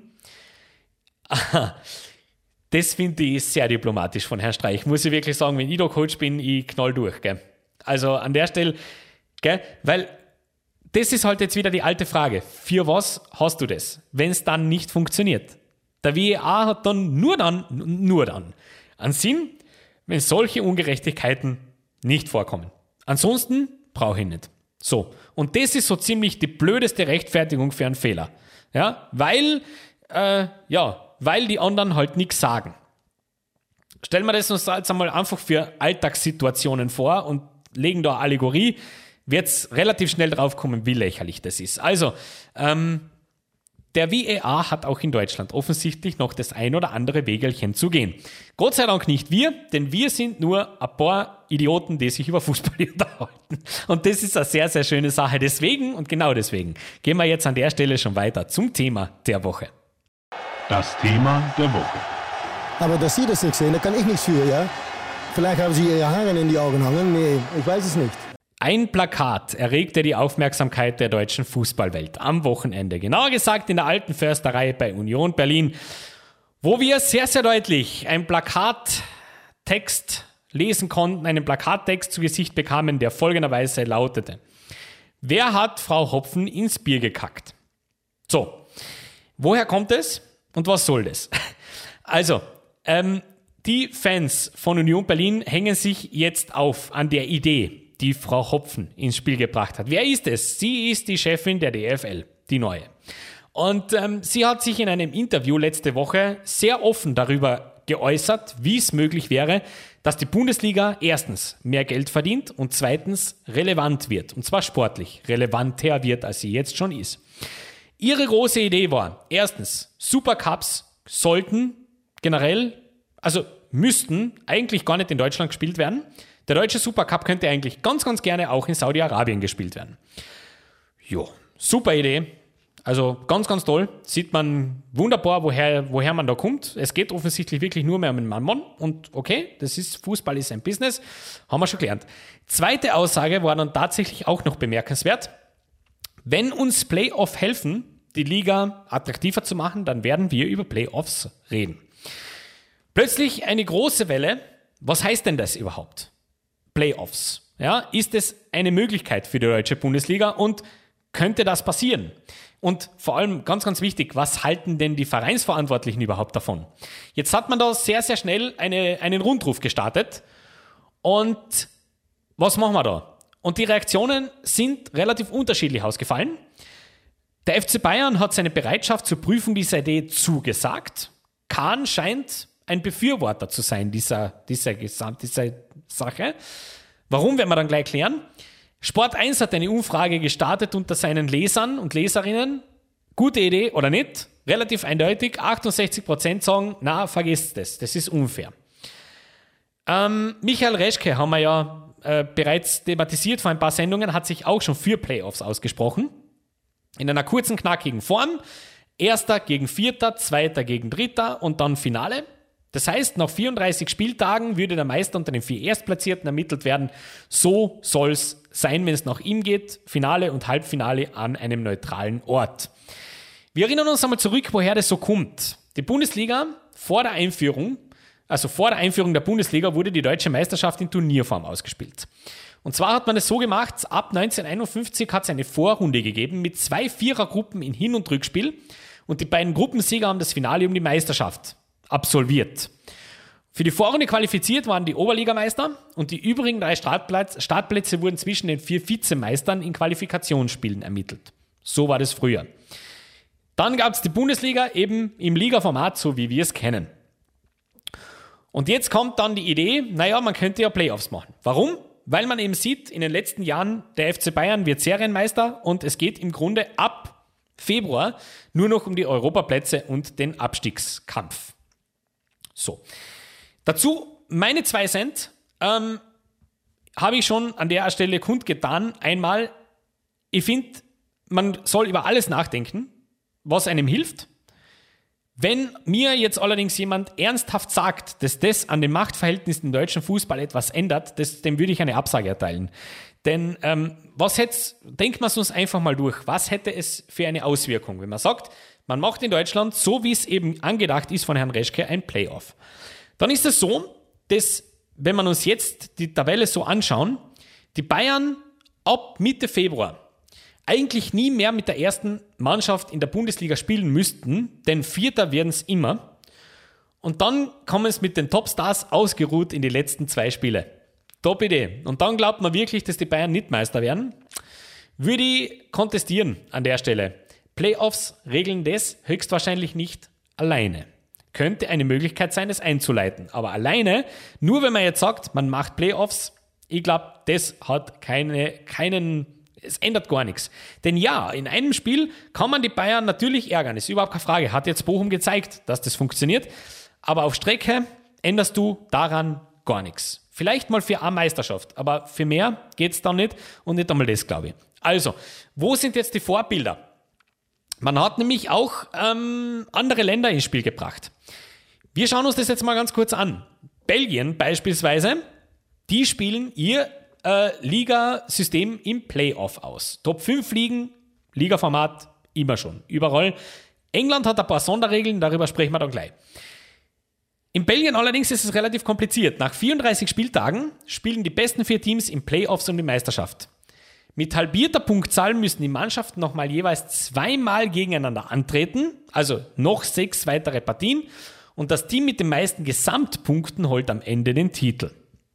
Das finde ich sehr diplomatisch von Herrn Streich. Muss ich wirklich sagen, wenn ich da Coach bin, ich knall durch. Gell? Also an der Stelle, gell? Weil das ist halt jetzt wieder die alte Frage. Für was hast du das, wenn es dann nicht funktioniert? Der V A R hat dann nur dann, nur dann einen Sinn, wenn solche Ungerechtigkeiten nicht vorkommen. Ansonsten brauche ich nicht. So. Und das ist so ziemlich die blödeste Rechtfertigung für einen Fehler. Ja, weil, äh, ja, weil die anderen halt nichts sagen. Stellen wir das uns jetzt einmal einfach für Alltagssituationen vor und legen da eine Allegorie, wird es relativ schnell drauf kommen, wie lächerlich das ist. Also, ähm, der V A R hat auch in Deutschland offensichtlich noch das ein oder andere Wegelchen zu gehen. Gott sei Dank nicht wir, denn wir sind nur ein paar Idioten, die sich über Fußball unterhalten. Und das ist eine sehr, sehr schöne Sache. Deswegen, und genau deswegen, gehen wir jetzt an der Stelle schon weiter zum Thema der Woche. Das Thema der Woche. Aber dass Sie das nicht sehen, da kann ich nichts für, ja? Vielleicht haben Sie Ihre Haare in die Augen hangen. Nee, ich weiß es nicht. Ein Plakat erregte die Aufmerksamkeit der deutschen Fußballwelt am Wochenende. Genauer gesagt in der Alten Försterei bei Union Berlin, wo wir sehr, sehr deutlich einen Plakattext lesen konnten, einen Plakattext zu Gesicht bekamen, der folgenderweise lautete: Wer hat Frau Hopfen ins Bier gekackt? So, woher kommt es und was soll das? Also, ähm, die Fans von Union Berlin hängen sich jetzt auf an der Idee, die Frau Hopfen ins Spiel gebracht hat. Wer ist es? Sie ist die Chefin der D F L, die neue. Und ähm, sie hat sich in einem Interview letzte Woche sehr offen darüber geäußert, wie es möglich wäre, dass die Bundesliga erstens mehr Geld verdient und zweitens relevant wird. Und zwar sportlich relevanter wird, als sie jetzt schon ist. Ihre große Idee war, erstens, Supercups sollten generell, also müssten eigentlich gar nicht in Deutschland gespielt werden. Der deutsche Supercup könnte eigentlich ganz, ganz gerne auch in Saudi-Arabien gespielt werden. Jo, super Idee. Also ganz, ganz toll. Sieht man wunderbar, woher, woher man da kommt. Es geht offensichtlich wirklich nur mehr um den Mann-Mann. Und okay, das ist, Fußball ist ein Business. Haben wir schon gelernt. Zweite Aussage war dann tatsächlich auch noch bemerkenswert. Wenn uns Playoff helfen, die Liga attraktiver zu machen, dann werden wir über Playoffs reden. Plötzlich eine große Welle. Was heißt denn das überhaupt? Playoffs. Ja, ist es eine Möglichkeit für die deutsche Bundesliga und könnte das passieren? Und vor allem ganz, ganz wichtig, was halten denn die Vereinsverantwortlichen überhaupt davon? Jetzt hat man da sehr, sehr schnell eine, einen Rundruf gestartet und was machen wir da? Und die Reaktionen sind relativ unterschiedlich ausgefallen. Der F C Bayern hat seine Bereitschaft zur Prüfung dieser Idee zugesagt. Kahn scheint ein Befürworter zu sein dieser, dieser, dieser Sache. Warum, werden wir dann gleich klären. Sport eins hat eine Umfrage gestartet unter seinen Lesern und Leserinnen. Gute Idee oder nicht? Relativ eindeutig. achtundsechzig Prozent sagen, na, vergesst das, das ist unfair. Ähm, Michael Reschke haben wir ja äh, bereits thematisiert vor ein paar Sendungen, hat sich auch schon für Playoffs ausgesprochen. In einer kurzen, knackigen Form. Erster gegen Vierter, Zweiter gegen Dritter und dann Finale. Das heißt, nach vierunddreißig Spieltagen würde der Meister unter den vier Erstplatzierten ermittelt werden. So soll es sein, wenn es nach ihm geht. Finale und Halbfinale an einem neutralen Ort. Wir erinnern uns einmal zurück, woher das so kommt. Die Bundesliga, vor der Einführung, also vor der Einführung der Bundesliga, wurde die deutsche Meisterschaft in Turnierform ausgespielt. Und zwar hat man es so gemacht, ab neunzehnhunderteinundfünfzig hat es eine Vorrunde gegeben mit zwei Vierergruppen in Hin- und Rückspiel und die beiden Gruppensieger haben das Finale um die Meisterschaft absolviert. Für die Vorrunde qualifiziert waren die Oberligameister und die übrigen drei Startplätze, Startplätze wurden zwischen den vier Vizemeistern in Qualifikationsspielen ermittelt. So war das früher. Dann gab es die Bundesliga eben im Ligaformat, so wie wir es kennen. Und jetzt kommt dann die Idee, naja, man könnte ja Playoffs machen. Warum? Weil man eben sieht, in den letzten Jahren, der F C Bayern wird Serienmeister und es geht im Grunde ab Februar nur noch um die Europaplätze und den Abstiegskampf. So. Dazu meine zwei Cent ähm, habe ich schon an der Stelle kundgetan. Einmal, ich finde, man soll über alles nachdenken, was einem hilft. Wenn mir jetzt allerdings jemand ernsthaft sagt, dass das an den Machtverhältnissen im deutschen Fußball etwas ändert, das, dem würde ich eine Absage erteilen. Denn ähm, was hätte, denkt man es uns einfach mal durch, was hätte es für eine Auswirkung, wenn man sagt, man macht in Deutschland, so wie es eben angedacht ist von Herrn Reschke, ein Playoff. Dann ist es so, dass, wenn wir uns jetzt die Tabelle so anschauen, die Bayern ab Mitte Februar eigentlich nie mehr mit der ersten Mannschaft in der Bundesliga spielen müssten, denn Vierter werden es immer. Und dann kommen es mit den Topstars ausgeruht in die letzten zwei Spiele. Top Idee. Und dann glaubt man wirklich, dass die Bayern nicht Meister werden. Würde ich kontestieren an der Stelle. Playoffs regeln das höchstwahrscheinlich nicht alleine. Könnte eine Möglichkeit sein, das einzuleiten. Aber alleine, nur wenn man jetzt sagt, man macht Playoffs, ich glaube, das hat keine, keinen, es ändert gar nichts. Denn ja, in einem Spiel kann man die Bayern natürlich ärgern, ist überhaupt keine Frage. Hat jetzt Bochum gezeigt, dass das funktioniert. Aber auf Strecke änderst du daran gar nichts. Vielleicht mal für eine Meisterschaft, aber für mehr geht es dann nicht und nicht einmal das, glaube ich. Also, wo sind jetzt die Vorbilder? Man hat nämlich auch ähm, andere Länder ins Spiel gebracht. Wir schauen uns das jetzt mal ganz kurz an. Belgien beispielsweise, die spielen ihr äh, Ligasystem im Playoff aus. Top fünf Ligen, Ligaformat, immer schon, überall. England hat ein paar Sonderregeln, darüber sprechen wir dann gleich. In Belgien allerdings ist es relativ kompliziert. Nach vierunddreißig Spieltagen spielen die besten vier Teams im Playoffs um die Meisterschaft. Mit halbierter Punktzahl müssen die Mannschaften nochmal jeweils zweimal gegeneinander antreten, also noch sechs weitere Partien, und das Team mit den meisten Gesamtpunkten holt am Ende den Titel.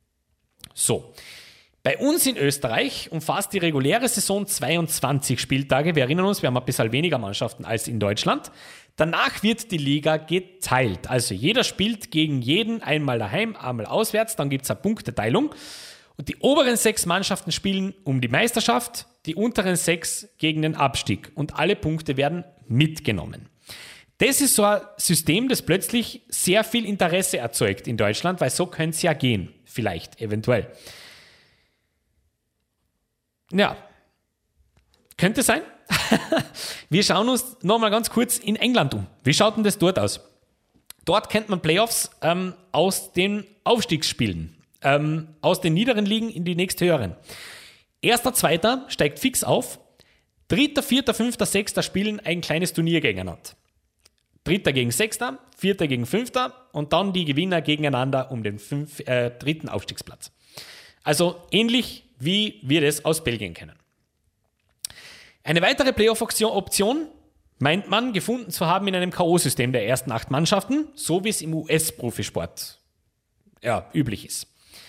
So, bei uns in Österreich umfasst die reguläre Saison zweiundzwanzig Spieltage. Wir erinnern uns, wir haben ein bisschen weniger Mannschaften als in Deutschland. Danach wird die Liga geteilt. Also jeder spielt gegen jeden, einmal daheim, einmal auswärts, dann gibt es eine Punkteteilung. Und die oberen sechs Mannschaften spielen um die Meisterschaft, die unteren sechs gegen den Abstieg. Und alle Punkte werden mitgenommen. Das ist so ein System, das plötzlich sehr viel Interesse erzeugt in Deutschland, weil so könnte es ja gehen, vielleicht, eventuell. Ja, könnte sein. Wir schauen uns nochmal ganz kurz in England um. Wie schaut denn das dort aus? Dort kennt man Playoffs ähm, aus den Aufstiegsspielen. Ähm, aus den niederen Ligen in die nächsthöheren. Erster, Zweiter steigt fix auf. Dritter, Vierter, Fünfter, Sechster spielen ein kleines Turnier gegeneinander. Dritter gegen Sechster, Vierter gegen Fünfter und dann die Gewinner gegeneinander um den fünf, äh, dritten Aufstiegsplatz. Also ähnlich wie wir das aus Belgien kennen. Eine weitere Playoff-Option meint man gefunden zu haben in einem K O-System der ersten acht Mannschaften, so wie es im U S-Profisport ja, üblich ist.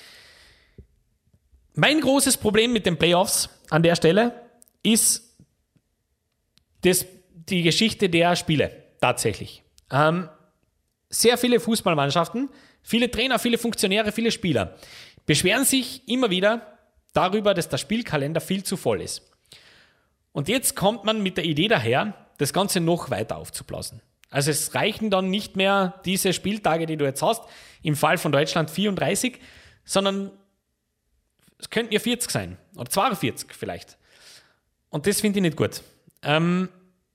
Mein großes Problem mit den Playoffs an der Stelle ist das, die Geschichte der Spiele tatsächlich. Ähm, sehr viele Fußballmannschaften, viele Trainer, viele Funktionäre, viele Spieler beschweren sich immer wieder darüber, dass der Spielkalender viel zu voll ist. Und jetzt kommt man mit der Idee daher, das Ganze noch weiter aufzublasen. Also es reichen dann nicht mehr diese Spieltage, die du jetzt hast, im Fall von Deutschland vierunddreißig, sondern es könnten ja vierzig sein oder zweiundvierzig vielleicht. Und das finde ich nicht gut. Ähm,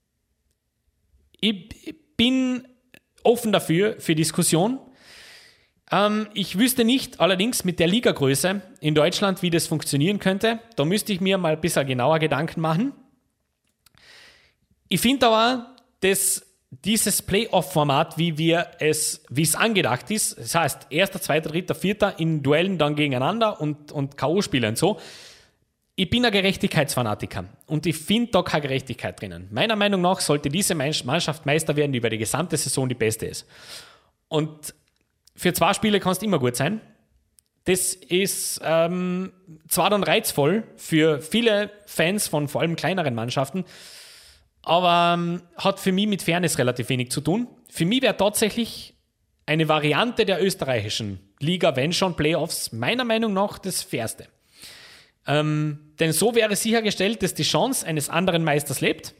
ich bin offen dafür, für Diskussion. Ähm, ich wüsste nicht allerdings mit der Ligagröße in Deutschland, wie das funktionieren könnte. Da müsste ich mir mal ein bisschen genauer Gedanken machen. Ich finde aber, dass dieses Playoff-Format, wie wir es, wie es angedacht ist, das heißt, erster, zweiter, dritter, vierter in Duellen dann gegeneinander und, und K O-Spiele und so. Ich bin ein Gerechtigkeitsfanatiker und ich finde da keine Gerechtigkeit drinnen. Meiner Meinung nach sollte diese Mannschaft Meister werden, die über die gesamte Saison die beste ist. Und für zwei Spiele kann es immer gut sein. Das ist ähm, zwar dann reizvoll für viele Fans von vor allem kleineren Mannschaften, aber ähm, hat für mich mit Fairness relativ wenig zu tun. Für mich wäre tatsächlich eine Variante der österreichischen Liga, wenn schon Playoffs, meiner Meinung nach das Fairste. Ähm, denn so wäre sichergestellt, dass die Chance eines anderen Meisters lebt,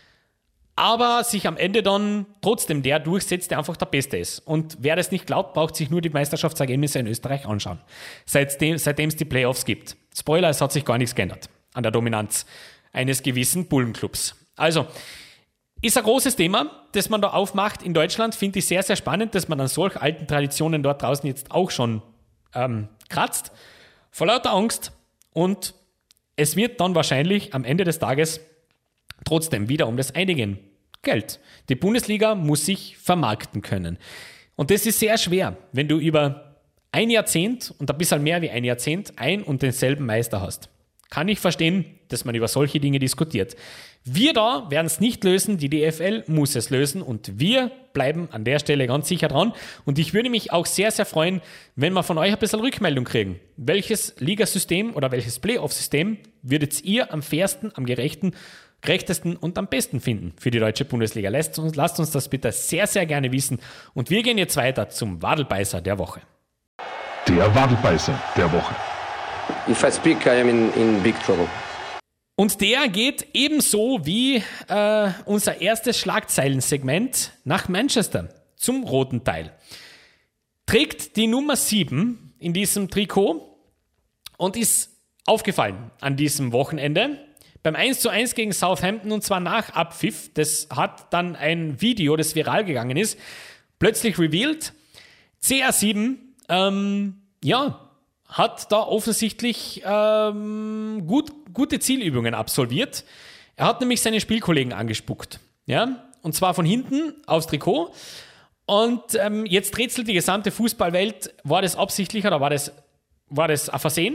aber sich am Ende dann trotzdem der durchsetzt, der einfach der Beste ist. Und wer das nicht glaubt, braucht sich nur die Meisterschaftsergebnisse in Österreich anschauen. Seitdem, seitdem es die Playoffs gibt. Spoiler, es hat sich gar nichts geändert an der Dominanz eines gewissen Bullenclubs. Also, ist ein großes Thema, das man da aufmacht in Deutschland. Finde ich sehr, sehr spannend, dass man an solch alten Traditionen dort draußen jetzt auch schon ähm, kratzt. Vor lauter Angst. Und es wird dann wahrscheinlich am Ende des Tages trotzdem wieder um das Einigen Geld. Die Bundesliga muss sich vermarkten können. Und das ist sehr schwer, wenn du über ein Jahrzehnt und ein bisschen mehr wie ein Jahrzehnt ein und denselben Meister hast. Kann ich verstehen, dass man über solche Dinge diskutiert. Wir da werden es nicht lösen, die D F L muss es lösen und wir bleiben an der Stelle ganz sicher dran. Und ich würde mich auch sehr, sehr freuen, wenn wir von euch ein bisschen Rückmeldung kriegen. Welches Ligasystem oder welches Playoff-System würdet ihr am fairsten, am gerechten, gerechtesten und am besten finden für die deutsche Bundesliga? Lasst uns, lasst uns das bitte sehr, sehr gerne wissen. Und wir gehen jetzt weiter zum Wadelbeißer der Woche. Der Wadelbeißer der Woche. If I speak, I am in, in big trouble. Und der geht ebenso wie äh, unser erstes Schlagzeilensegment nach Manchester zum roten Teil. Trägt die Nummer sieben in diesem Trikot und ist aufgefallen an diesem Wochenende beim eins zu eins gegen Southampton und zwar nach Abpfiff. Das hat dann ein Video, das viral gegangen ist, plötzlich revealed. C R sieben, ähm, ja, hat da offensichtlich ähm, gut, gute Zielübungen absolviert. Er hat nämlich seine Spielkollegen angespuckt. Ja? Und zwar von hinten aufs Trikot. Und ähm, jetzt rätselt die gesamte Fußballwelt, war das absichtlich oder war das, war das ein Versehen?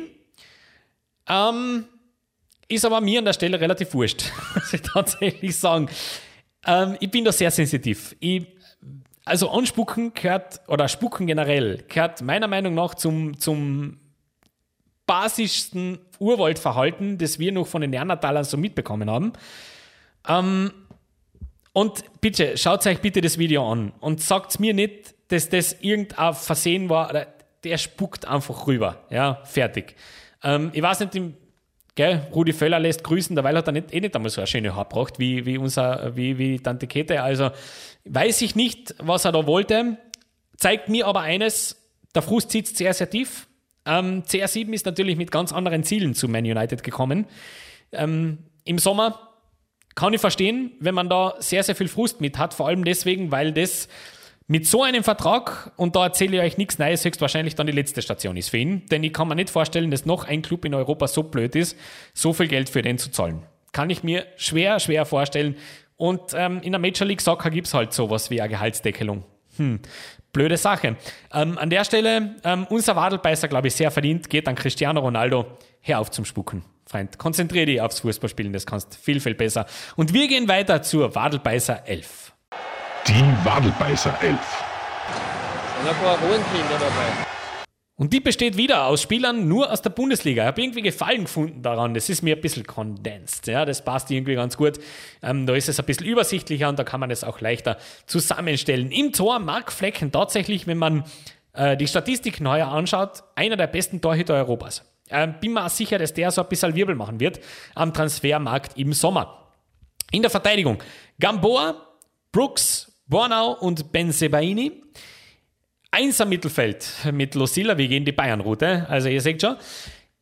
Ähm, ist aber mir an der Stelle relativ wurscht, muss ich tatsächlich sagen. Ähm, ich bin da sehr sensitiv. Ich, also Anspucken gehört, oder Spucken generell, gehört meiner Meinung nach zum, zum basischsten Urwaldverhalten, das wir noch von den Neandertalern so mitbekommen haben. Ähm, und bitte, schaut euch bitte das Video an und sagt mir nicht, dass das irgendein Versehen war. Oder der spuckt einfach rüber. Ja, fertig. Ähm, ich weiß nicht, im, gell, Rudi Völler lässt grüßen, derweil hat er nicht, eh nicht einmal so eine schöne Haar gebracht wie, wie, unser, wie, wie Tante Käthe. Also weiß ich nicht, was er da wollte. Zeigt mir aber eines, der Frust sitzt sehr, sehr tief. Ähm, C R sieben ist natürlich mit ganz anderen Zielen zu Man United gekommen. Ähm, Im Sommer kann ich verstehen, wenn man da sehr, sehr viel Frust mit hat, vor allem deswegen, weil das mit so einem Vertrag, und da erzähle ich euch nichts Neues, höchstwahrscheinlich dann die letzte Station ist für ihn, denn ich kann mir nicht vorstellen, dass noch ein Club in Europa so blöd ist, so viel Geld für den zu zahlen. Kann ich mir schwer, schwer vorstellen. Und ähm, in der Major League Soccer gibt es halt sowas wie eine Gehaltsdeckelung. Hm. Blöde Sache. Ähm, an der Stelle, ähm, unser Wadelbeißer, glaube ich, sehr verdient, geht an Cristiano Ronaldo. Hör auf zum Spucken, Freund. Konzentriere dich aufs Fußballspielen, das kannst viel, viel besser. Und wir gehen weiter zur Wadelbeißer elf. Die Wadelbeißer elf. Und ein paar Hohenkinder dabei. Und die besteht wieder aus Spielern nur aus der Bundesliga. Ich habe irgendwie Gefallen gefunden daran. Das ist mir ein bisschen condensed. Ja, das passt irgendwie ganz gut. Ähm, da ist es ein bisschen übersichtlicher und da kann man es auch leichter zusammenstellen. Im Tor Marc Flecken tatsächlich, wenn man äh, die Statistiken heuer anschaut, einer der besten Torhüter Europas. Ähm, bin mir auch sicher, dass der so ein bisschen Wirbel machen wird am Transfermarkt im Sommer. In der Verteidigung Gamboa, Brooks, Bornau und Bensebaini. Eins am Mittelfeld mit Losilla, wir gehen die Bayern-Route, also ihr seht schon.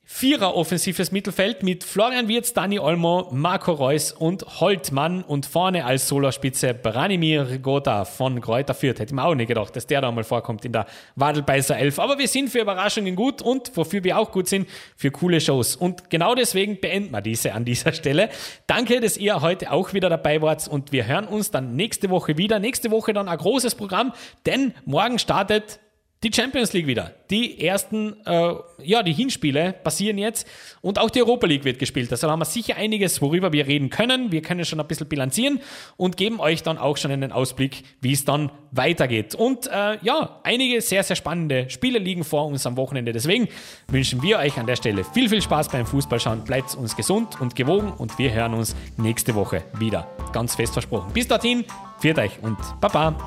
Vierer offensives Mittelfeld mit Florian Wirtz, Dani Olmo, Marco Reus und Holtmann und vorne als Solospitze Branimir Rigota von Greuther Fürth. Hätte ich mir auch nicht gedacht, dass der da mal vorkommt in der Wadelbeißer Elf. Aber wir sind für Überraschungen gut und wofür wir auch gut sind, für coole Shows. Und genau deswegen beenden wir diese an dieser Stelle. Danke, dass ihr heute auch wieder dabei wart und wir hören uns dann nächste Woche wieder. Nächste Woche dann ein großes Programm, denn morgen startet die Champions League wieder. Die ersten, äh, ja, die Hinspiele passieren jetzt und auch die Europa League wird gespielt. Also da haben wir sicher einiges, worüber wir reden können. Wir können schon ein bisschen bilanzieren und geben euch dann auch schon einen Ausblick, wie es dann weitergeht. Und äh, ja, einige sehr, sehr spannende Spiele liegen vor uns am Wochenende. Deswegen wünschen wir euch an der Stelle viel, viel Spaß beim Fußballschauen. Bleibt uns gesund und gewogen und wir hören uns nächste Woche wieder. Ganz fest versprochen. Bis dorthin, pfiat euch und Baba.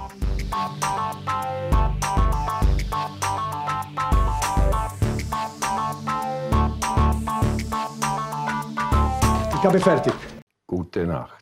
Ich habe fertig. Gute Nacht.